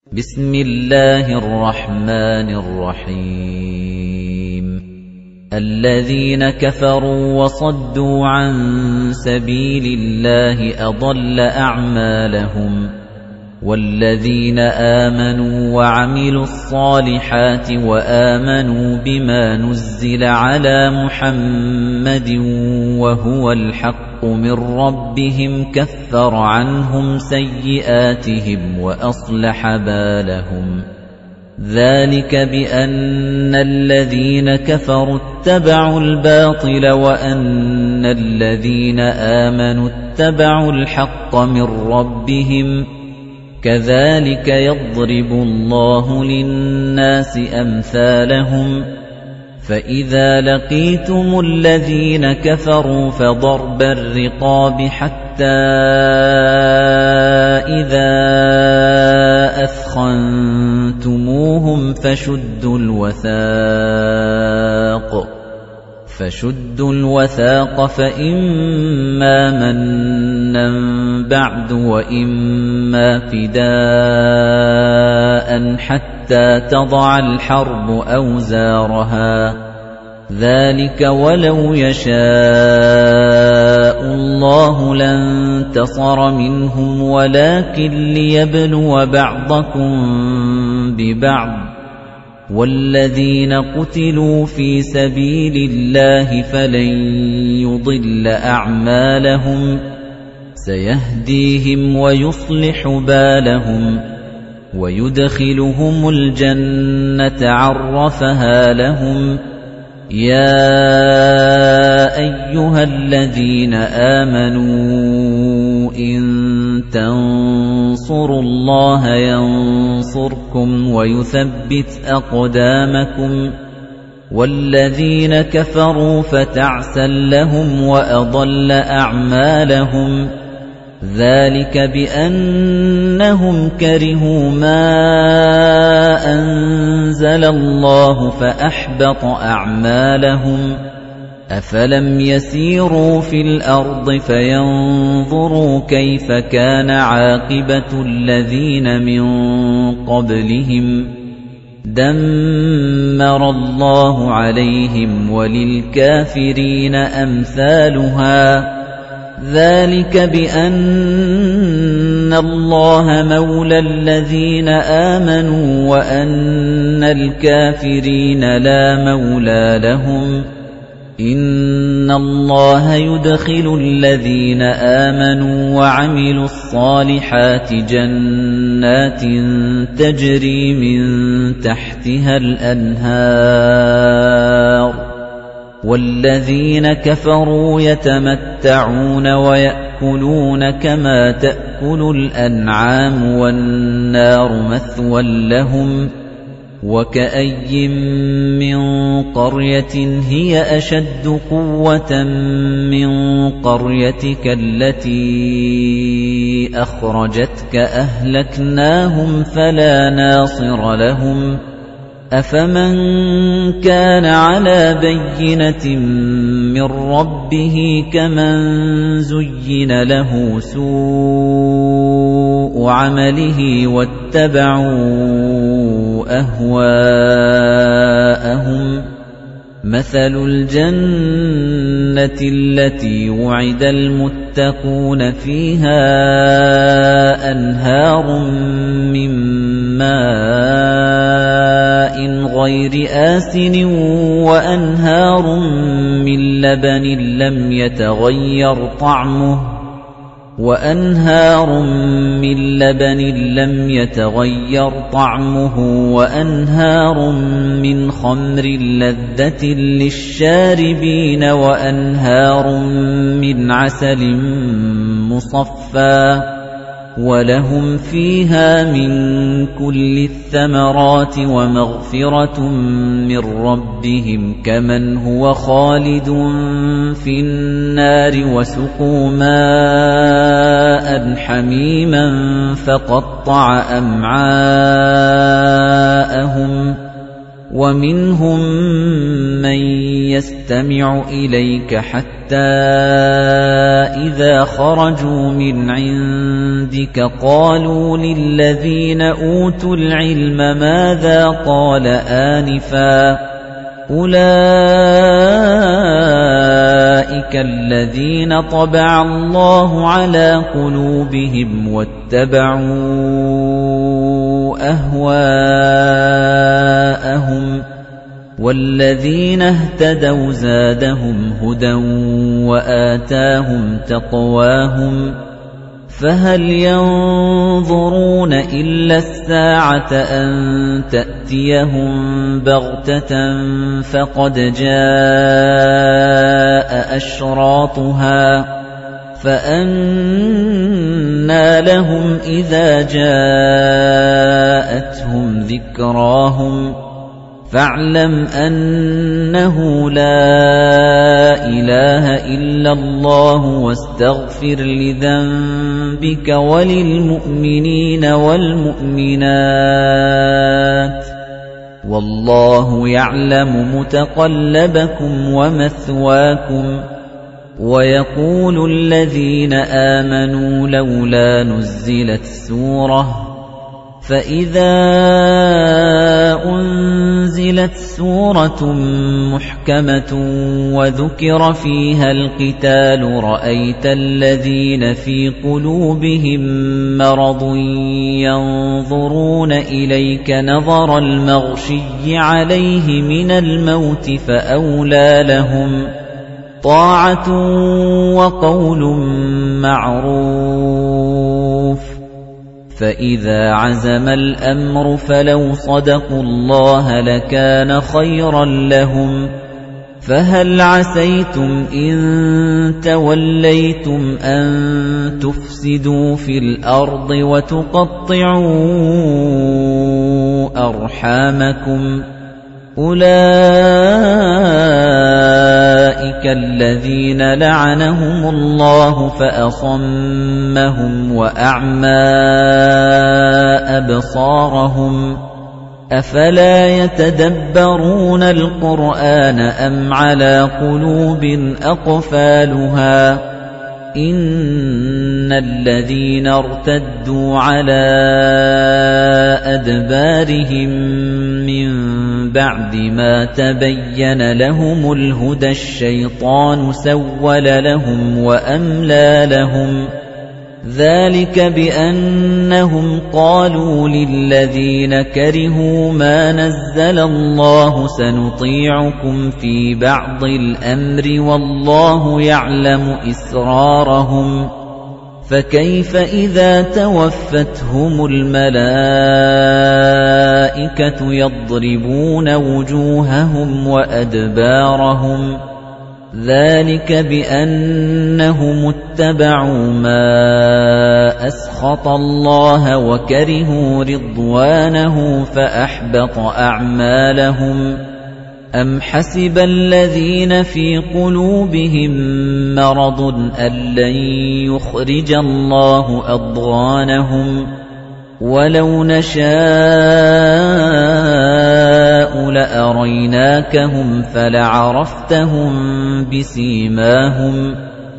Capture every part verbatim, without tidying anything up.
بسم الله الرحمن الرحيم الذين كفروا وصدوا عن سبيل الله أضل أعمالهم والذين آمنوا وعملوا الصالحات وآمنوا بما نزل على محمد وهو الحق من ربهم كفر عنهم سيئاتهم وأصلح بالهم ذلك بأن الذين كفروا اتبعوا الباطل وأن الذين آمنوا اتبعوا الحق من ربهم كذلك يضرب الله للناس أمثالهم فإذا لقيتم الذين كفروا فضرب الرقاب حتى إذا أثخنتموهم فشدوا الوثاق فشدوا الوثاق فإما مَنًّا بعد وإما فداء حتى تضع الحرب أوزارها ذلك ولو يشاء الله لانتصر منهم ولكن ليبلو بعضكم ببعض والذين قتلوا في سبيل الله فلن يضل أعمالهم سيهديهم ويصلح بالهم ويدخلهم الجنة عرفها لهم يا أيها الذين آمنوا إن تنصروا الله ينصركم ويثبت أقدامكم والذين كفروا فتعسا لهم وأضل أعمالهم ذلك بأنهم كرهوا ما أنزل الله فأحبط أعمالهم أفلم يسيروا في الأرض فينظروا كيف كان عاقبة الذين من قبلهم دمر الله عليهم وللكافرين أمثالها ذلك بأن الله مولى الذين آمنوا وأن الكافرين لا مولى لهم إن الله يدخل الذين آمنوا وعملوا الصالحات جنات تجري من تحتها الأنهار والذين كفروا يتمتعون ويأكلون كما تأكل الأنعام والنار مثوى لهم وكأي من قرية هي أشد قوة من قريتك التي أخرجتك أهلكناهم فلا ناصر لهم أفمن كان على بينة من ربه كمن زين له سوء عمله واتبعوا أهواءهم مثل الجنة التي وعد المتقون فيها أنهار من ماء غير آسن وأنهار من لبن لم يتغير طعمه وأنهار من لبن لم يتغير طعمه وأنهار من خمر لذة للشاربين وأنهار من عسل مصفى ولهم فيها من كل الثمرات ومغفرة من ربهم كمن هو خالد في النار وسقوا ماء حميما فقطع أمعاءهم ومنهم من يستمع إليك حتى إِذَا خَرَجُوا مِنْ عِندِكَ قَالُوا لِلَّذِينَ أُوتُوا الْعِلْمَ مَاذَا قَالَ آنِفًا أُولَئِكَ الَّذِينَ طَبَعَ اللَّهُ عَلَى قُلُوبِهِمْ وَاتَّبَعُوا أَهْوَاءَهُمْ وَالَّذِينَ اهْتَدَوْا زَادَهُمْ هُدًى وَآتَاهُمْ تَقْوَاهُمْ فَهَلْ يَنظُرُونَ إِلَّا السَّاعَةَ أَن تَأْتِيَهُم بَغْتَةً فَقَدْ جَاءَ أَشْرَاطُهَا فَأَنَّىٰ لَهُمْ إِذَا جَاءَتْهُمْ ذِكْرَاهُمْ فَاعْلَمْ أَنَّهُ لَا إِلَٰهَ إِلَّا اللَّهُ وَاسْتَغْفِرْ لِذَنبِكَ وَلِلْمُؤْمِنِينَ وَالْمُؤْمِنَاتِ وَاللَّهُ يَعْلَمُ مُتَقَلَّبَكُمْ وَمَثْوَاكُمْ وَيَقُولُ الَّذِينَ آمَنُوا لَوْلَا نُزِّلَتْ سُورَةٌ فَإِذَا أُنزِلَتْ سُورَةٌ مُحْكَمَةٌ وَذُكِرَ فِيهَا الْقِتَالُ رَأَيْتَ الَّذِينَ فِي قُلُوبِهِم مَّرَضٌ يَنظُرُونَ إِلَيْكَ نَظَرَ الْمَغْشِيِّ عَلَيْهِ مِنَ الْمَوْتِ فَأَوْلَىٰ لَهُمْ طَاعَةٌ وَقَوْلٌ مَّعْرُوفٌ فَإِذَا عَزَمَ الْأَمْرُ فَلَوْ صَدَقُوا اللَّهَ لَكَانَ خَيْرًا لَّهُمْ فَهَلْ عَسَيْتُمْ إِن تَوَلَّيْتُمْ أَن تُفْسِدُوا فِي الْأَرْضِ وَتُقَطِّعُوا أَرْحَامَكُمْ أُولَئِكَ الَّذِينَ لَعَنَهُمُ اللَّهُ فَأَصَمَّهُمْ وَأَعْمَىٰ أَبْصَارَهُمْ أَفَلَا يَتَدَبَّرُونَ الْقُرْآنَ أَمْ عَلَىٰ قُلُوبٍ أَقْفَالُهَا إِنَّ الَّذِينَ ارْتَدُّوا عَلَىٰ أَدْبَارِهِم مِّن بَعْدِ مَا تَبَيَّنَ لَهُمُ الْهُدَى الشَّيْطَانُ سَوَّلَ لَهُمْ وَأَمْلَىٰ لَهُمْ ذَلِكَ بِأَنَّهُمْ قَالُوا لِلَّذِينَ كَرِهُوا مَا نَزَّلَ اللَّهُ سَنُطِيعُكُمْ فِي بَعْضِ الْأَمْرِ وَاللَّهُ يَعْلَمُ إِسْرَارَهُمْ فَكَيْفَ إِذَا تَوَفَّتْهُمُ الْمَلَائِكَةُ يَضْرِبُونَ وُجُوهَهُمْ وَأَدْبَارَهُمْ ذَلِكَ بِأَنَّهُمُ اتَّبَعُوا مَا أَسْخَطَ اللَّهَ وَكَرِهُوا رِضْوَانَهُ فَأَحْبَطَ أَعْمَالَهُمْ أَمْ حَسِبَ الَّذِينَ فِي قُلُوبِهِم مَّرَضٌ أَن لَّن يُخْرِجَ اللَّهُ أَضْغَانَهُمْ وَلَوْ نَشَاءُ لَأَرَيْنَاكَهُمْ فَلَعَرَفْتَهُم بِسِيمَاهُمْ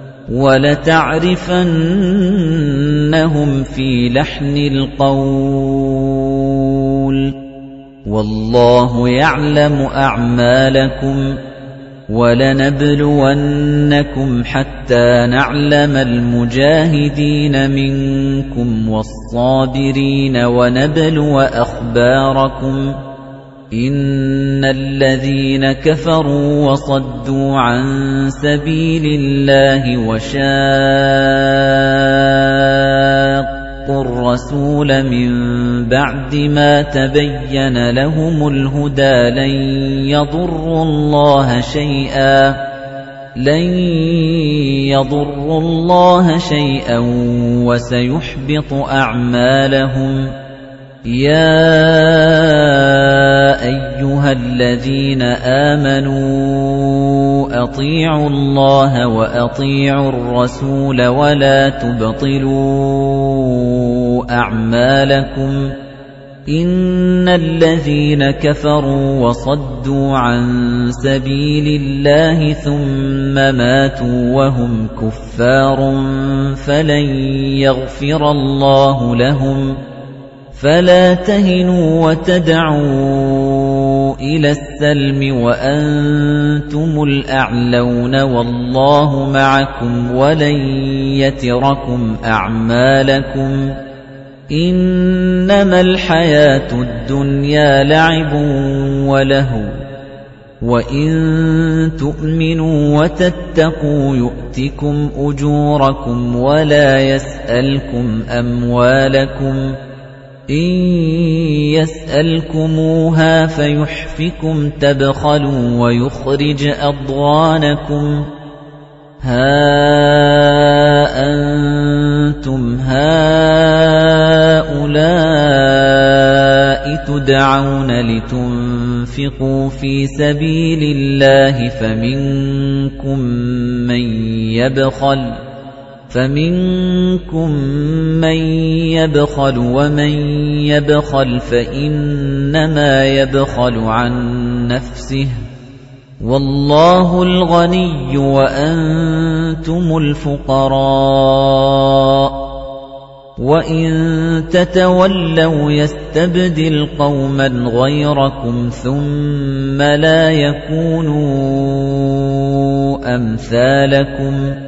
وَلَتَعْرِفَنَّهُمْ فِي لَحْنِ الْقَوْلِ وَاللَّهُ يَعْلَمُ أَعْمَالَكُمْ وَلَنَبْلُوَنَّكُمْ حَتَّى نَعْلَمَ الْمُجَاهِدِينَ مِنكُمْ وَالصَّابِرِينَ وَنَبْلُوَ أَخْبَارَكُمْ إِنَّ الَّذِينَ كَفَرُوا وَصَدُّوا عَن سَبِيلِ اللَّهِ وَشَاقُّوا الرَّسُولَ مِن بَعْدِ مَا تَبَيَّنَ لَهُمُ الْهُدَىٰ لَن يَضُرُّوا اللَّهَ شَيْئًا لَن يَضُرُّوا اللَّهَ شَيْئًا وَسَيُحْبِطُ أَعْمَالَهُمْ يَا أَيُّهَا الَّذِينَ آمَنُوا أَطِيعُوا اللَّهَ وَأَطِيعُوا الرَّسُولَ وَلَا تُبْطِلُوا أَعْمَالَكُمْ إِنَّ الَّذِينَ كَفَرُوا وَصَدُّوا عَن سَبِيلِ اللَّهِ ثُمَّ مَاتُوا وَهُمْ كُفَّارٌ فَلَن يَغْفِرَ اللَّهُ لَهُمْ فَلَا تَهِنُوا وَتَدْعُوا إِلَى السَّلْمِ وَأَنتُمُ الْأَعْلَوْنَ وَاللَّهُ مَعَكُمْ وَلَن يَتِرَكُمْ أَعْمَالَكُمْ إِنَّمَا الْحَيَاةُ الدُّنْيَا لَعِبٌ وَلَهْوٌ وَإِن تُؤْمِنُوا وَتَتَّقُوا يُؤْتِكُمْ أُجُورَكُمْ وَلَا يَسْأَلْكُمْ أَمْوَالَكُمْ إِن يَسْأَلْكُمُوهَا فَيُحْفِكُمْ تَبْخَلُوا وَيُخْرِجْ أَضْغَانَكُمْ هَا أَنتُمْ هَؤُلَاءِ تُدْعَوْنَ لِتُنفِقُوا فِي سَبِيلِ اللَّهِ فَمِنكُم مَّن يَبْخَلُ فَمِنكُم مَّن يَبْخَلُ وَمَن يَبْخَلْ فَإِنَّمَا يَبْخَلُ عَن نَّفْسِهِ وَاللَّهُ الْغَنِيُّ وَأَنتُمُ الْفُقَرَاءُ وَإِن تَتَوَلَّوْا يَسْتَبْدِلْ قَوْمًا غَيْرَكُمْ ثُمَّ لَا يَكُونُوا أَمْثَالَكُمْ